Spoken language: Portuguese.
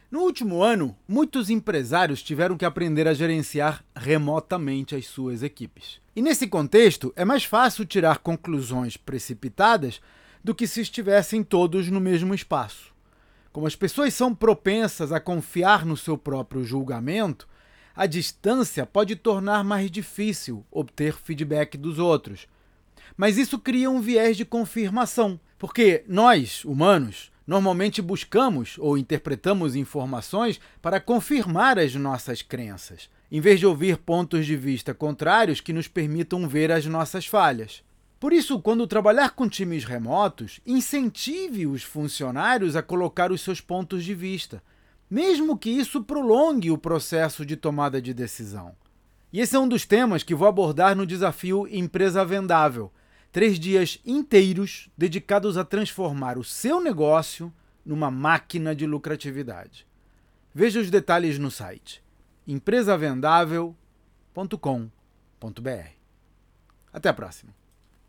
No último ano, muitos empresários tiveram que aprender a gerenciar remotamente as suas equipes. E nesse contexto, é mais fácil tirar conclusões precipitadas do que se estivessem todos no mesmo espaço. Como as pessoas são propensas a confiar no seu próprio julgamento, a distância pode tornar mais difícil obter feedback dos outros. Mas isso cria um viés de confirmação, porque nós, humanos, normalmente buscamos ou interpretamos informações para confirmar as nossas crenças, em vez de ouvir pontos de vista contrários que nos permitam ver as nossas falhas. Por isso, quando trabalhar com times remotos, incentive os funcionários a colocar os seus pontos de vista, mesmo que isso prolongue o processo de tomada de decisão. E esse é um dos temas que vou abordar no desafio Empresa Vendável. 3 dias inteiros dedicados a transformar o seu negócio numa máquina de lucratividade. Veja os detalhes no site empresavendável.com.br. Até a próxima!